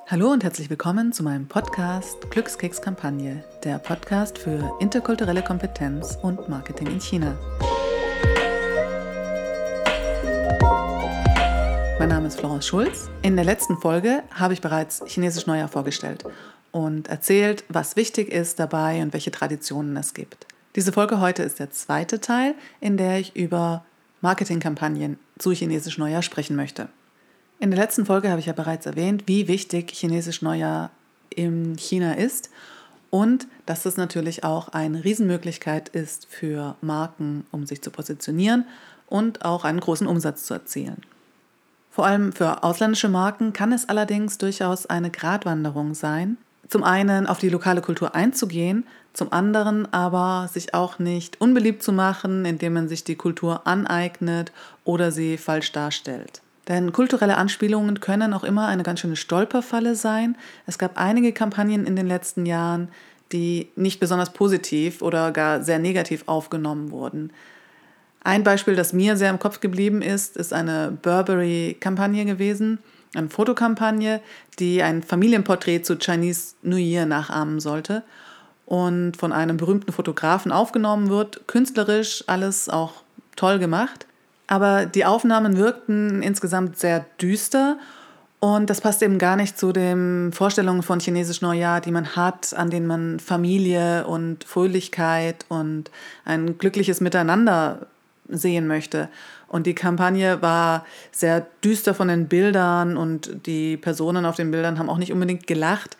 Hallo und herzlich willkommen zu meinem Podcast Glückskeks-Kampagne, der Podcast für interkulturelle Kompetenz und Marketing in China. Mein Name ist Florence Schulz. In der letzten Folge habe ich bereits Chinesisch Neujahr vorgestellt und erzählt, was wichtig ist dabei und welche Traditionen es gibt. Diese Folge heute ist der zweite Teil, in der ich über Marketingkampagnen zu Chinesisch Neujahr sprechen möchte. In der letzten Folge habe ich ja bereits erwähnt, wie wichtig Chinesisch Neujahr in China ist und dass das natürlich auch eine Riesenmöglichkeit ist für Marken, um sich zu positionieren und auch einen großen Umsatz zu erzielen. Vor allem für ausländische Marken kann es allerdings durchaus eine Gratwanderung sein, zum einen auf die lokale Kultur einzugehen, zum anderen aber sich auch nicht unbeliebt zu machen, indem man sich die Kultur aneignet oder sie falsch darstellt. Denn kulturelle Anspielungen können auch immer eine ganz schöne Stolperfalle sein. Es gab einige Kampagnen in den letzten Jahren, die nicht besonders positiv oder gar sehr negativ aufgenommen wurden. Ein Beispiel, das mir sehr im Kopf geblieben ist eine Burberry-Kampagne gewesen, eine Fotokampagne, die ein Familienporträt zu Chinese New Year nachahmen sollte und von einem berühmten Fotografen aufgenommen wird. Künstlerisch alles auch toll gemacht. Aber die Aufnahmen wirkten insgesamt sehr düster und das passt eben gar nicht zu den Vorstellungen von Chinesisch Neujahr, die man hat, an denen man Familie und Fröhlichkeit und ein glückliches Miteinander sehen möchte. Und die Kampagne war sehr düster von den Bildern und die Personen auf den Bildern haben auch nicht unbedingt gelacht.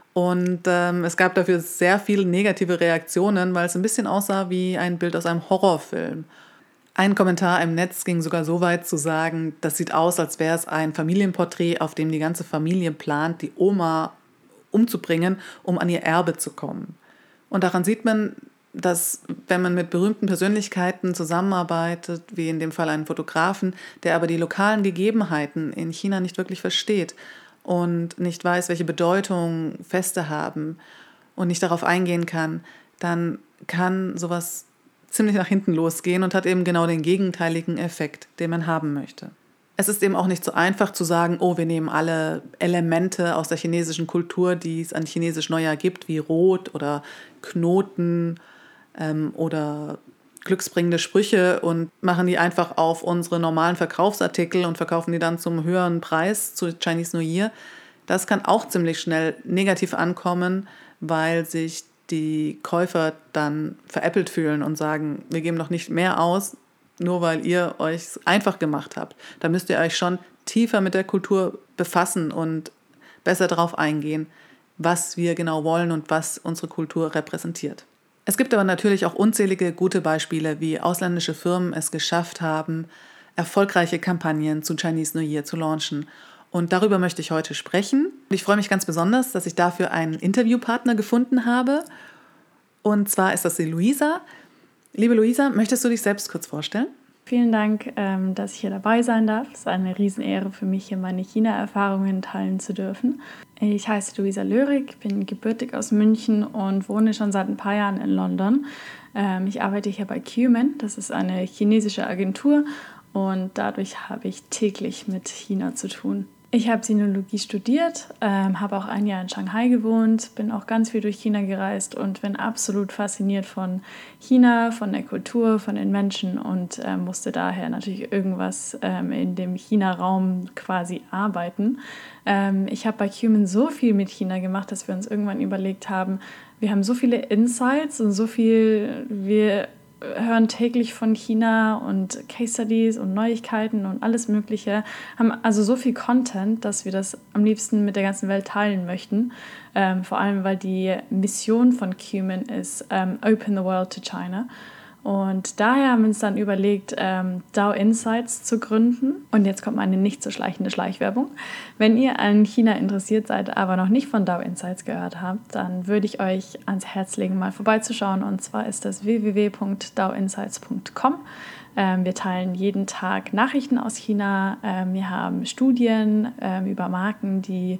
Und es gab dafür sehr viele negative Reaktionen, weil es ein bisschen aussah wie ein Bild aus einem Horrorfilm. Ein Kommentar im Netz ging sogar so weit zu sagen, das sieht aus, als wäre es ein Familienporträt, auf dem die ganze Familie plant, die Oma umzubringen, um an ihr Erbe zu kommen. Und daran sieht man, dass wenn man mit berühmten Persönlichkeiten zusammenarbeitet, wie in dem Fall einen Fotografen, der aber die lokalen Gegebenheiten in China nicht wirklich versteht und nicht weiß, welche Bedeutung Feste haben und nicht darauf eingehen kann, dann kann sowas ziemlich nach hinten losgehen und hat eben genau den gegenteiligen Effekt, den man haben möchte. Es ist eben auch nicht so einfach zu sagen, oh, wir nehmen alle Elemente aus der chinesischen Kultur, die es an Chinesisch Neujahr gibt, wie Rot oder Knoten oder glücksbringende Sprüche und machen die einfach auf unsere normalen Verkaufsartikel und verkaufen die dann zum höheren Preis zu Chinese New Year. Das kann auch ziemlich schnell negativ ankommen, weil sich die Käufer dann veräppelt fühlen und sagen, wir geben doch nicht mehr aus, nur weil ihr euch einfach gemacht habt. Da müsst ihr euch schon tiefer mit der Kultur befassen und besser darauf eingehen, was wir genau wollen und was unsere Kultur repräsentiert. Es gibt aber natürlich auch unzählige gute Beispiele, wie ausländische Firmen es geschafft haben, erfolgreiche Kampagnen zu Chinese New Year zu launchen. Und darüber möchte ich heute sprechen. Ich freue mich ganz besonders, dass ich dafür einen Interviewpartner gefunden habe. Und zwar ist das die Luisa. Liebe Luisa, möchtest du dich selbst kurz vorstellen? Vielen Dank, dass ich hier dabei sein darf. Es ist eine Riesenehre für mich, hier meine China-Erfahrungen teilen zu dürfen. Ich heiße Luisa Löhrig, bin gebürtig aus München und wohne schon seit ein paar Jahren in London. Ich arbeite hier bei Cuman, das ist eine chinesische Agentur und dadurch habe ich täglich mit China zu tun. Ich habe Sinologie studiert, habe auch ein Jahr in Shanghai gewohnt, bin auch ganz viel durch China gereist und bin absolut fasziniert von China, von der Kultur, von den Menschen und musste daher natürlich irgendwas in dem China-Raum quasi arbeiten. Ich habe bei Cuman so viel mit China gemacht, dass wir uns irgendwann überlegt haben, wir haben so viele Insights und so viel, wir hören täglich von China und Case Studies und Neuigkeiten und alles Mögliche, haben also so viel Content, dass wir das am liebsten mit der ganzen Welt teilen möchten. Vor allem, weil die Mission von Cuman ist Open the World to China. Und daher haben wir uns dann überlegt, DAO Insights zu gründen. Und jetzt kommt eine nicht so schleichende Schleichwerbung. Wenn ihr an China interessiert seid, aber noch nicht von DAO Insights gehört habt, dann würde ich euch ans Herz legen, mal vorbeizuschauen. Und zwar ist das www.daoinsights.com. Wir teilen jeden Tag Nachrichten aus China. Wir haben Studien über Marken, die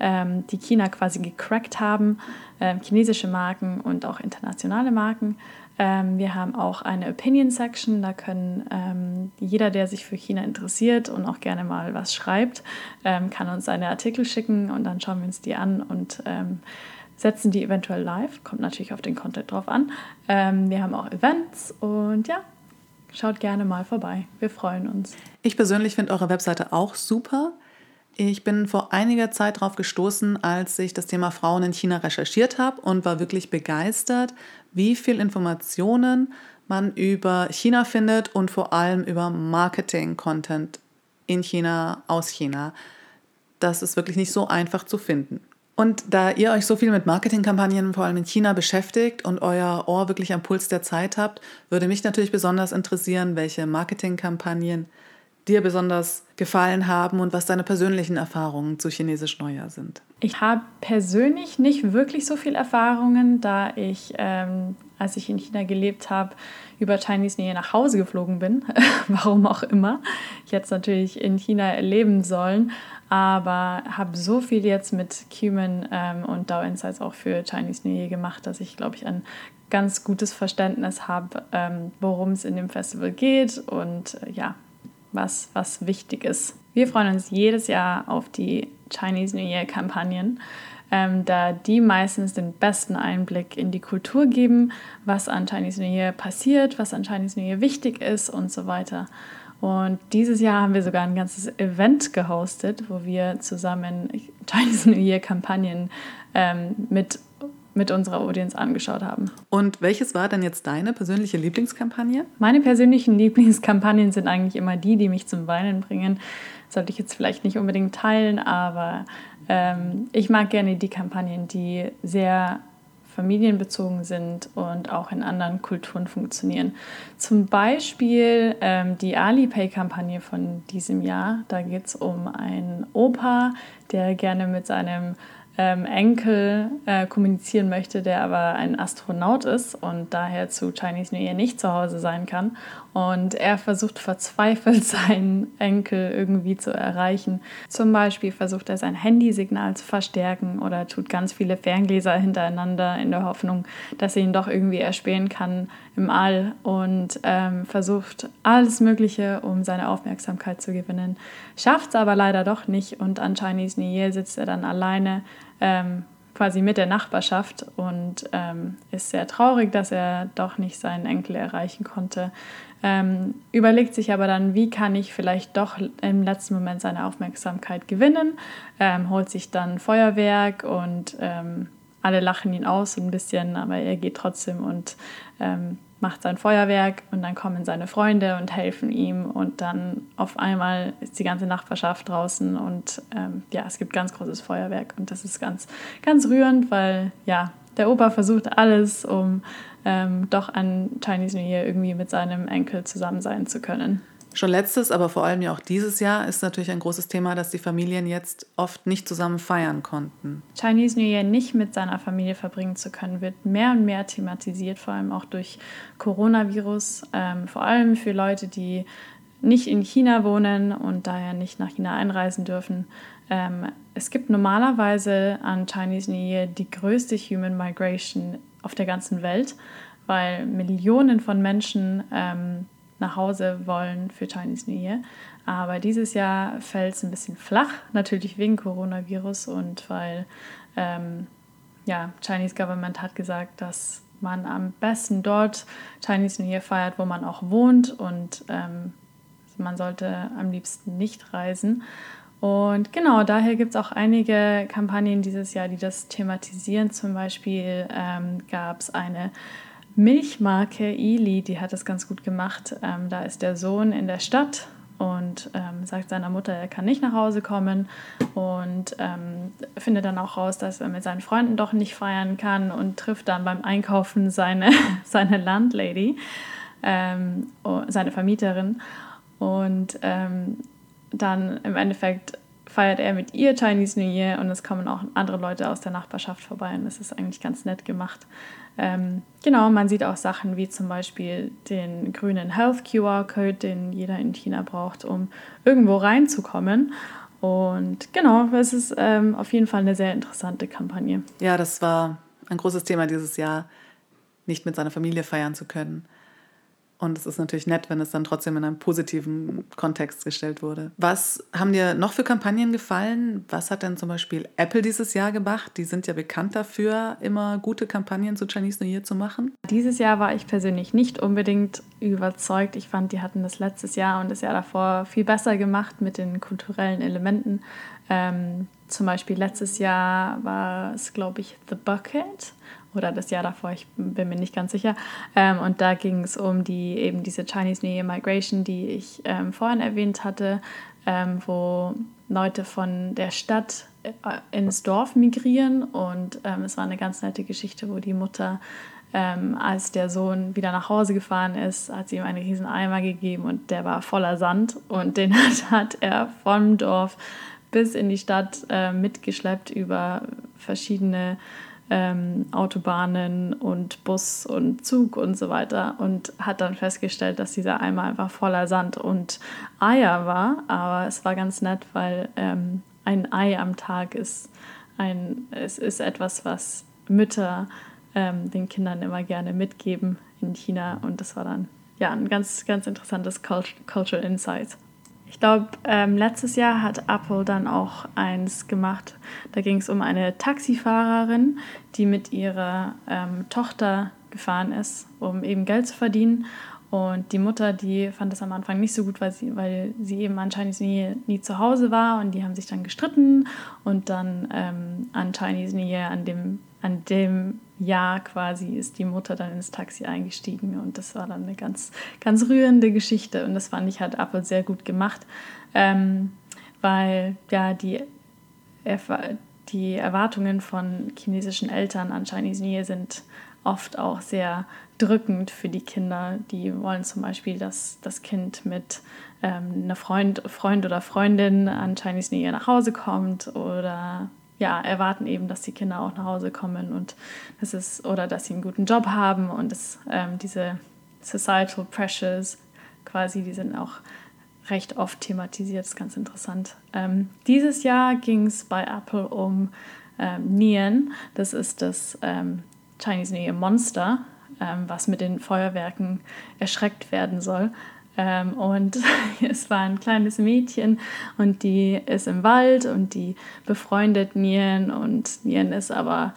China quasi gecrackt haben, chinesische Marken und auch internationale Marken. Wir haben auch eine Opinion-Section, da können jeder, der sich für China interessiert und auch gerne mal was schreibt, kann uns seine Artikel schicken und dann schauen wir uns die an und setzen die eventuell live. Kommt natürlich auf den Content drauf an. Wir haben auch Events und ja, schaut gerne mal vorbei. Wir freuen uns. Ich persönlich finde eure Webseite auch super. Ich bin vor einiger Zeit darauf gestoßen, als ich das Thema Frauen in China recherchiert habe und war wirklich begeistert, wie viel Informationen man über China findet und vor allem über Marketing-Content in China, aus China. Das ist wirklich nicht so einfach zu finden. Und da ihr euch so viel mit Marketingkampagnen vor allem in China beschäftigt und euer Ohr wirklich am Puls der Zeit habt, würde mich natürlich besonders interessieren, welche Marketingkampagnen dir besonders gefallen haben und was deine persönlichen Erfahrungen zu Chinesisch Neujahr sind. Ich habe persönlich nicht wirklich so viel Erfahrungen, da ich, als ich in China gelebt habe, über Chinese New Year nach Hause geflogen bin. Warum auch immer. Ich hätte es natürlich in China erleben sollen, aber habe so viel jetzt mit Cumin und DAO Insights auch für Chinese New Year gemacht, dass ich, glaube ich, ein ganz gutes Verständnis habe, worum es in dem Festival geht und ja, was wichtig ist. Wir freuen uns jedes Jahr auf die Chinese New Year Kampagnen, da die meistens den besten Einblick in die Kultur geben, was an Chinese New Year passiert, was an Chinese New Year wichtig ist und so weiter. Und dieses Jahr haben wir sogar ein ganzes Event gehostet, wo wir zusammen Chinese New Year Kampagnen mit unserer Audience angeschaut haben. Und welches war denn jetzt deine persönliche Lieblingskampagne? Meine persönlichen Lieblingskampagnen sind eigentlich immer die mich zum Weinen bringen. Das sollte ich jetzt vielleicht nicht unbedingt teilen, aber ich mag gerne die Kampagnen, die sehr familienbezogen sind und auch in anderen Kulturen funktionieren. Zum Beispiel die Alipay-Kampagne von diesem Jahr. Da geht es um einen Opa, der gerne mit seinem Enkel kommunizieren möchte, der aber ein Astronaut ist und daher zu Chinese New Year nicht zu Hause sein kann. Und er versucht verzweifelt, seinen Enkel irgendwie zu erreichen. Zum Beispiel versucht er, sein Handysignal zu verstärken oder tut ganz viele Ferngläser hintereinander in der Hoffnung, dass er ihn doch irgendwie erspähen kann im All und versucht alles Mögliche, um seine Aufmerksamkeit zu gewinnen. Schafft es aber leider doch nicht und an Chinese New Year sitzt er dann alleine quasi mit der Nachbarschaft und ist sehr traurig, dass er doch nicht seinen Enkel erreichen konnte. Überlegt sich aber dann, wie kann ich vielleicht doch im letzten Moment seine Aufmerksamkeit gewinnen, holt sich dann Feuerwerk und alle lachen ihn aus ein bisschen, aber er geht trotzdem und macht sein Feuerwerk und dann kommen seine Freunde und helfen ihm und dann auf einmal ist die ganze Nachbarschaft draußen und ja, es gibt ganz großes Feuerwerk und das ist ganz, ganz rührend, weil ja, der Opa versucht alles, um doch an Chinese New Year irgendwie mit seinem Enkel zusammen sein zu können. Schon letztes, aber vor allem ja auch dieses Jahr ist natürlich ein großes Thema, dass die Familien jetzt oft nicht zusammen feiern konnten. Chinese New Year nicht mit seiner Familie verbringen zu können, wird mehr und mehr thematisiert, vor allem auch durch Coronavirus. Vor allem für Leute, die nicht in China wohnen und daher nicht nach China einreisen dürfen. Es gibt normalerweise an Chinese New Year die größte Human Migration auf der ganzen Welt, weil Millionen von Menschen nach Hause wollen für Chinese New Year. Aber dieses Jahr fällt es ein bisschen flach, natürlich wegen Coronavirus und weil Chinese Government hat gesagt, dass man am besten dort Chinese New Year feiert, wo man auch wohnt und man sollte am liebsten nicht reisen. Und genau, daher gibt es auch einige Kampagnen dieses Jahr, die das thematisieren. Zum Beispiel gab es eine Milchmarke Ili, die hat das ganz gut gemacht. Da ist der Sohn in der Stadt und sagt seiner Mutter, er kann nicht nach Hause kommen und findet dann auch raus, dass er mit seinen Freunden doch nicht feiern kann und trifft dann beim Einkaufen seine Landlady, seine Vermieterin und dann im Endeffekt feiert er mit ihr Chinese New Year und es kommen auch andere Leute aus der Nachbarschaft vorbei und das ist eigentlich ganz nett gemacht. Genau, man sieht auch Sachen wie zum Beispiel den grünen Health QR-Code, den jeder in China braucht, um irgendwo reinzukommen. Und genau, es ist auf jeden Fall eine sehr interessante Kampagne. Ja, das war ein großes Thema dieses Jahr. nicht mit seiner Familie feiern zu können. Und es ist natürlich nett, wenn es dann trotzdem in einem positiven Kontext gestellt wurde. Was haben dir noch für Kampagnen gefallen? Was hat denn zum Beispiel Apple dieses Jahr gemacht? Die sind ja bekannt dafür, immer gute Kampagnen zu Chinese New Year zu machen. Dieses Jahr war ich persönlich nicht unbedingt überzeugt. Ich fand, die hatten das letztes Jahr und das Jahr davor viel besser gemacht mit den kulturellen Elementen. Zum Beispiel letztes Jahr war es, glaube ich, The Bucket. Oder das Jahr davor, ich bin mir nicht ganz sicher. Und da ging es um diese Chinese New Year Migration, die ich vorhin erwähnt hatte, wo Leute von der Stadt ins Dorf migrieren. Und es war eine ganz nette Geschichte, wo die Mutter, als der Sohn wieder nach Hause gefahren ist, hat sie ihm einen riesen Eimer gegeben und der war voller Sand. Und den hat er vom Dorf bis in die Stadt mitgeschleppt über verschiedene Autobahnen und Bus und Zug und so weiter und hat dann festgestellt, dass dieser Eimer einfach voller Sand und Eier war. Aber es war ganz nett, weil ein Ei am Tag ist etwas, was Mütter den Kindern immer gerne mitgeben in China. Und das war dann ein ganz, ganz interessantes Cultural Insight. Ich glaube, letztes Jahr hat Apple dann auch eins gemacht. Da ging es um eine Taxifahrerin, die mit ihrer Tochter gefahren ist, um eben Geld zu verdienen. Und die Mutter, die fand das am Anfang nicht so gut, weil sie eben an Chinese New Year nie zu Hause war. Und die haben sich dann gestritten. Und dann an Chinese New Year, an dem Jahr quasi, ist die Mutter dann ins Taxi eingestiegen. Und das war dann eine ganz, ganz rührende Geschichte. Und das fand ich, hat Apple sehr gut gemacht, weil ja die Erwartungen von chinesischen Eltern an Chinese New Year sind oft auch sehr drückend für die Kinder. Die wollen zum Beispiel, dass das Kind mit einer Freund oder Freundin an Chinese New Year nach Hause kommt oder erwarten eben, dass die Kinder auch nach Hause kommen und oder dass sie einen guten Job haben und diese Societal Pressures quasi, die sind auch recht oft thematisiert, das ist ganz interessant. Dieses Jahr ging es bei Apple um Nian, das ist das Chinese New Year Monster, was mit den Feuerwerken erschreckt werden soll. Und es war ein kleines Mädchen und die ist im Wald und die befreundet Nian und Nian ist aber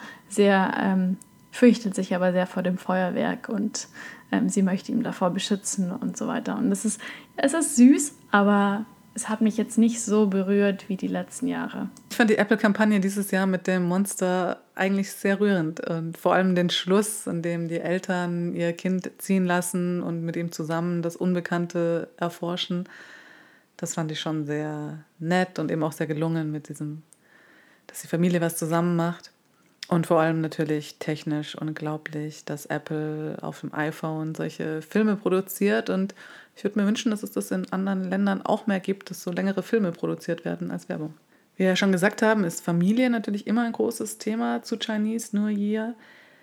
fürchtet sich aber sehr vor dem Feuerwerk und sie möchte ihn davor beschützen und so weiter. Und es ist süß, aber es hat mich jetzt nicht so berührt wie die letzten Jahre. Ich fand die Apple-Kampagne dieses Jahr mit dem Monster eigentlich sehr rührend. Und vor allem den Schluss, in dem die Eltern ihr Kind ziehen lassen und mit ihm zusammen das Unbekannte erforschen, das fand ich schon sehr nett und eben auch sehr gelungen mit diesem, dass die Familie was zusammen macht. Und vor allem natürlich technisch unglaublich, dass Apple auf dem iPhone solche Filme produziert. Und ich würde mir wünschen, dass es das in anderen Ländern auch mehr gibt, dass so längere Filme produziert werden als Werbung. Wie wir ja schon gesagt haben, ist Familie natürlich immer ein großes Thema zu Chinese New Year.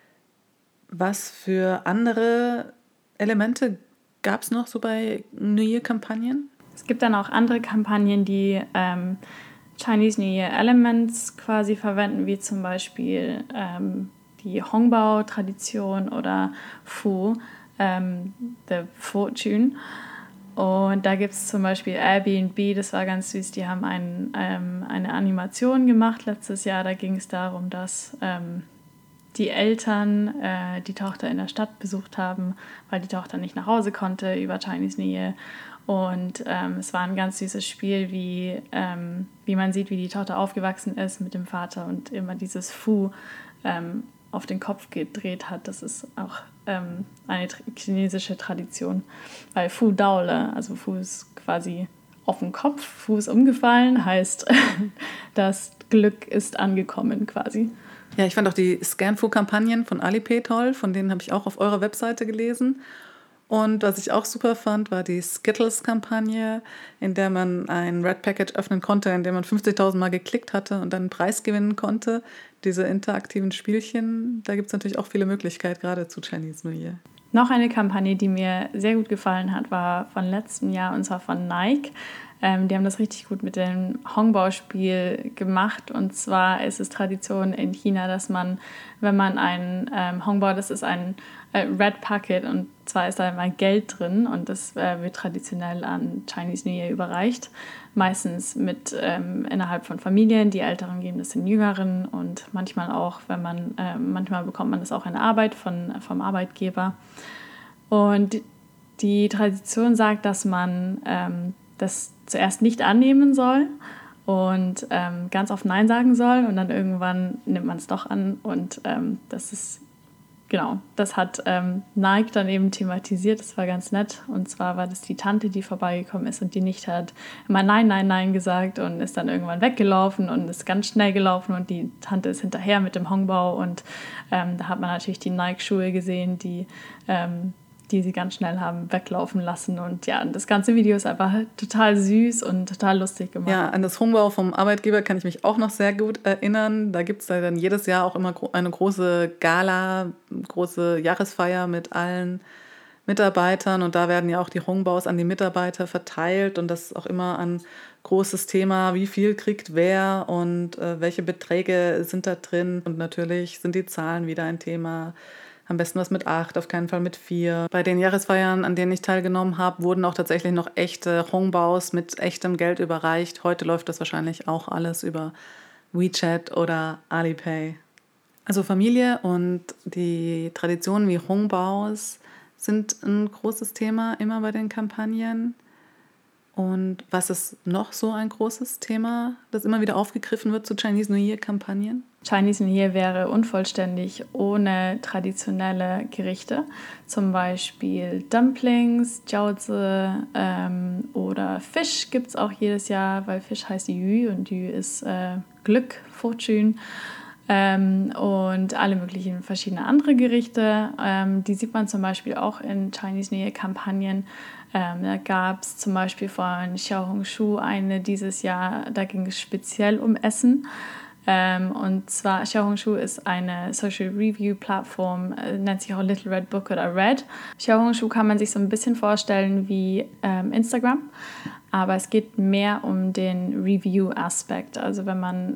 Was für andere Elemente gab es noch so bei New Year-Kampagnen? Es gibt dann auch andere Kampagnen, die Chinese New Year Elements quasi verwenden, wie zum Beispiel die Hongbao-Tradition oder Fu, The Fortune. Und da gibt es zum Beispiel Airbnb, das war ganz süß, die haben eine Animation gemacht letztes Jahr. Da ging es darum, dass die Eltern die Tochter in der Stadt besucht haben, weil die Tochter nicht nach Hause konnte über Chinese New Year. Und es war ein ganz süßes Spiel, wie man sieht, wie die Tochter aufgewachsen ist mit dem Vater und immer dieses Fu auf den Kopf gedreht hat. Das ist auch eine chinesische Tradition, weil Fu Daole, also Fu ist quasi auf dem Kopf, Fu ist umgefallen, heißt, das Glück ist angekommen quasi. Ja, ich fand auch die Scan-Fu-Kampagnen von Alipay toll, von denen habe ich auch auf eurer Webseite gelesen. Und was ich auch super fand, war die Skittles-Kampagne, in der man ein Red Package öffnen konnte, in dem man 50.000 Mal geklickt hatte und dann einen Preis gewinnen konnte. Diese interaktiven Spielchen, da gibt es natürlich auch viele Möglichkeiten, gerade zu Chinese New Year. Noch eine Kampagne, die mir sehr gut gefallen hat, war von letztem Jahr, und zwar von Nike. Die haben das richtig gut mit dem Hongbao-Spiel gemacht. Und zwar ist es Tradition in China, dass man, wenn man ein Hongbao, das ist ein Red Packet, und zwar ist da immer Geld drin, und das wird traditionell an Chinese New Year überreicht. Meistens innerhalb von Familien. Die Älteren geben das den Jüngeren, und manchmal auch, manchmal bekommt man das auch in Arbeit vom Arbeitgeber. Und die Tradition sagt, dass man das zuerst nicht annehmen soll und ganz oft Nein sagen soll, und dann irgendwann nimmt man es doch an, und das hat Nike dann eben thematisiert. Das war ganz nett, und zwar war das die Tante, die vorbeigekommen ist und die nicht hat immer Nein, Nein, Nein gesagt und ist dann irgendwann weggelaufen und ist ganz schnell gelaufen, und die Tante ist hinterher mit dem Hongbao, und da hat man natürlich die Nike-Schuhe gesehen, die sie ganz schnell haben weglaufen lassen. Und ja, das ganze Video ist einfach total süß und total lustig gemacht. Ja, an das Hongbao vom Arbeitgeber kann ich mich auch noch sehr gut erinnern. Da gibt es dann jedes Jahr auch immer eine große Gala, große Jahresfeier mit allen Mitarbeitern. Und da werden ja auch die Hongbaos an die Mitarbeiter verteilt. Und das ist auch immer ein großes Thema, wie viel kriegt wer und welche Beträge sind da drin. Und natürlich sind die Zahlen wieder ein Thema. Am besten was mit 8, auf keinen Fall mit 4. Bei den Jahresfeiern, an denen ich teilgenommen habe, wurden auch tatsächlich noch echte Hongbaos mit echtem Geld überreicht. Heute läuft das wahrscheinlich auch alles über WeChat oder Alipay. Also Familie und die Traditionen wie Hongbaos sind ein großes Thema immer bei den Kampagnen. Und was ist noch so ein großes Thema, das immer wieder aufgegriffen wird zu Chinese New Year-Kampagnen? Chinese New Year wäre unvollständig ohne traditionelle Gerichte, zum Beispiel Dumplings, Jiaozi oder Fisch gibt es auch jedes Jahr, weil Fisch heißt Yu und Yu ist Glück, Fortune. Und alle möglichen verschiedene andere Gerichte. Die sieht man zum Beispiel auch in Chinese New Year-Kampagnen. Da gab es zum Beispiel von Xiaohongshu eine dieses Jahr, da ging es speziell um Essen. Und zwar Xiaohongshu ist eine Social Review Plattform, nennt sich auch Little Red Book oder Red. Xiaohongshu kann man sich so ein bisschen vorstellen wie Instagram, aber es geht mehr um den Review-Aspekt. Also wenn man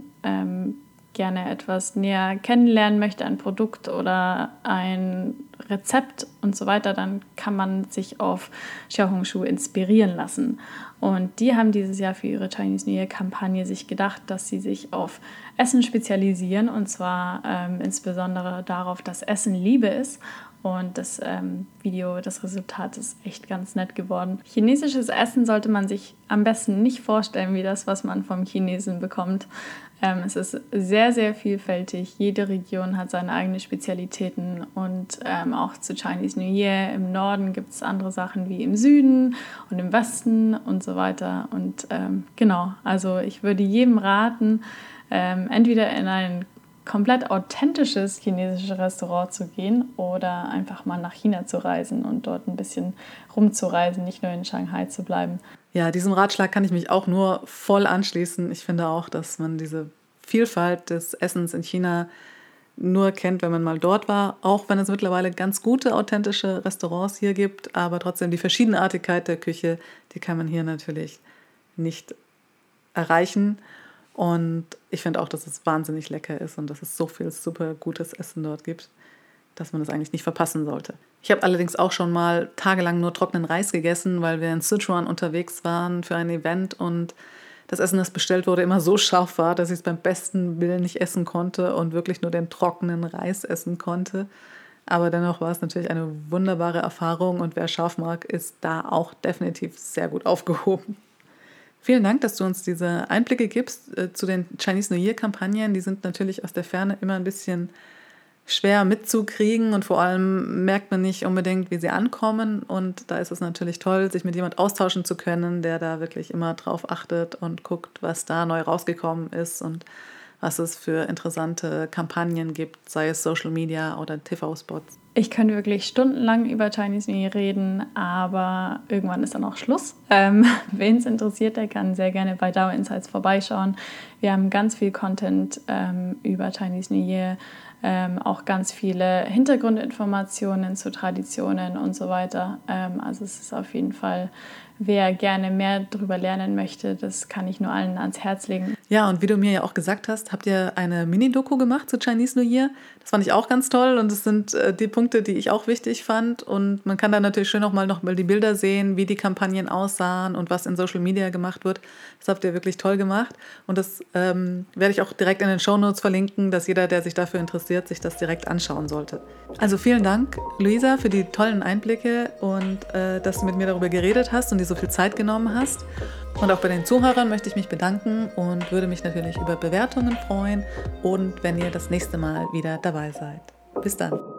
gerne etwas näher kennenlernen möchte, ein Produkt oder ein Rezept und so weiter, dann kann man sich auf Xiaohongshu inspirieren lassen. Und die haben dieses Jahr für ihre Chinese New Year Kampagne sich gedacht, dass sie sich auf Essen spezialisieren, und zwar insbesondere darauf, dass Essen Liebe ist. Und das Video, das Resultat ist echt ganz nett geworden. Chinesisches Essen sollte man sich am besten nicht vorstellen wie das, was man vom Chinesen bekommt. Es ist sehr, sehr vielfältig. Jede Region hat seine eigenen Spezialitäten, und auch zu Chinese New Year im Norden gibt es andere Sachen wie im Süden und im Westen und so weiter. Und genau, also ich würde jedem raten, entweder in ein komplett authentisches chinesisches Restaurant zu gehen oder einfach mal nach China zu reisen und dort ein bisschen rumzureisen, nicht nur in Shanghai zu bleiben. Ja, diesem Ratschlag kann ich mich auch nur voll anschließen. Ich finde auch, dass man diese Vielfalt des Essens in China nur kennt, wenn man mal dort war, auch wenn es mittlerweile ganz gute, authentische Restaurants hier gibt, aber trotzdem die Verschiedenartigkeit der Küche, die kann man hier natürlich nicht erreichen. Und ich finde auch, dass es wahnsinnig lecker ist und dass es so viel super gutes Essen dort gibt, dass man das eigentlich nicht verpassen sollte. Ich habe allerdings auch schon mal tagelang nur trockenen Reis gegessen, weil wir in Sichuan unterwegs waren für ein Event und das Essen, das bestellt wurde, immer so scharf war, dass ich es beim besten Willen nicht essen konnte und wirklich nur den trockenen Reis essen konnte. Aber dennoch war es natürlich eine wunderbare Erfahrung, und wer scharf mag, ist da auch definitiv sehr gut aufgehoben. Vielen Dank, dass du uns diese Einblicke gibst zu den Chinese New Year-Kampagnen. Die sind natürlich aus der Ferne immer ein bisschen schwer mitzukriegen, und vor allem merkt man nicht unbedingt, wie sie ankommen. Und da ist es natürlich toll, sich mit jemand austauschen zu können, der da wirklich immer drauf achtet und guckt, was da neu rausgekommen ist und was es für interessante Kampagnen gibt, sei es Social Media oder TV-Spots. Ich könnte wirklich stundenlang über Chinese New Year reden, aber irgendwann ist dann auch Schluss. Wen es interessiert, der kann sehr gerne bei DAO Insights vorbeischauen. Wir haben ganz viel Content über Chinese New Year, auch ganz viele Hintergrundinformationen zu Traditionen und so weiter. Also es ist auf jeden Fall, wer gerne mehr darüber lernen möchte, das kann ich nur allen ans Herz legen. Ja, und wie du mir ja auch gesagt hast, habt ihr eine Mini-Doku gemacht zu Chinese New Year. Das fand ich auch ganz toll und es sind die Punkte, die ich auch wichtig fand. Und man kann da natürlich schön noch mal die Bilder sehen, wie die Kampagnen aussahen und was in Social Media gemacht wird. Das habt ihr wirklich toll gemacht. Und das werde ich auch direkt in den Shownotes verlinken, dass jeder, der sich dafür interessiert, sich das direkt anschauen sollte. Also vielen Dank, Luisa, für die tollen Einblicke und dass du mit mir darüber geredet hast und dir so viel Zeit genommen hast. Und auch bei den Zuhörern möchte ich mich bedanken und würde mich natürlich über Bewertungen freuen und wenn ihr das nächste Mal wieder dabei seid. Bis dann.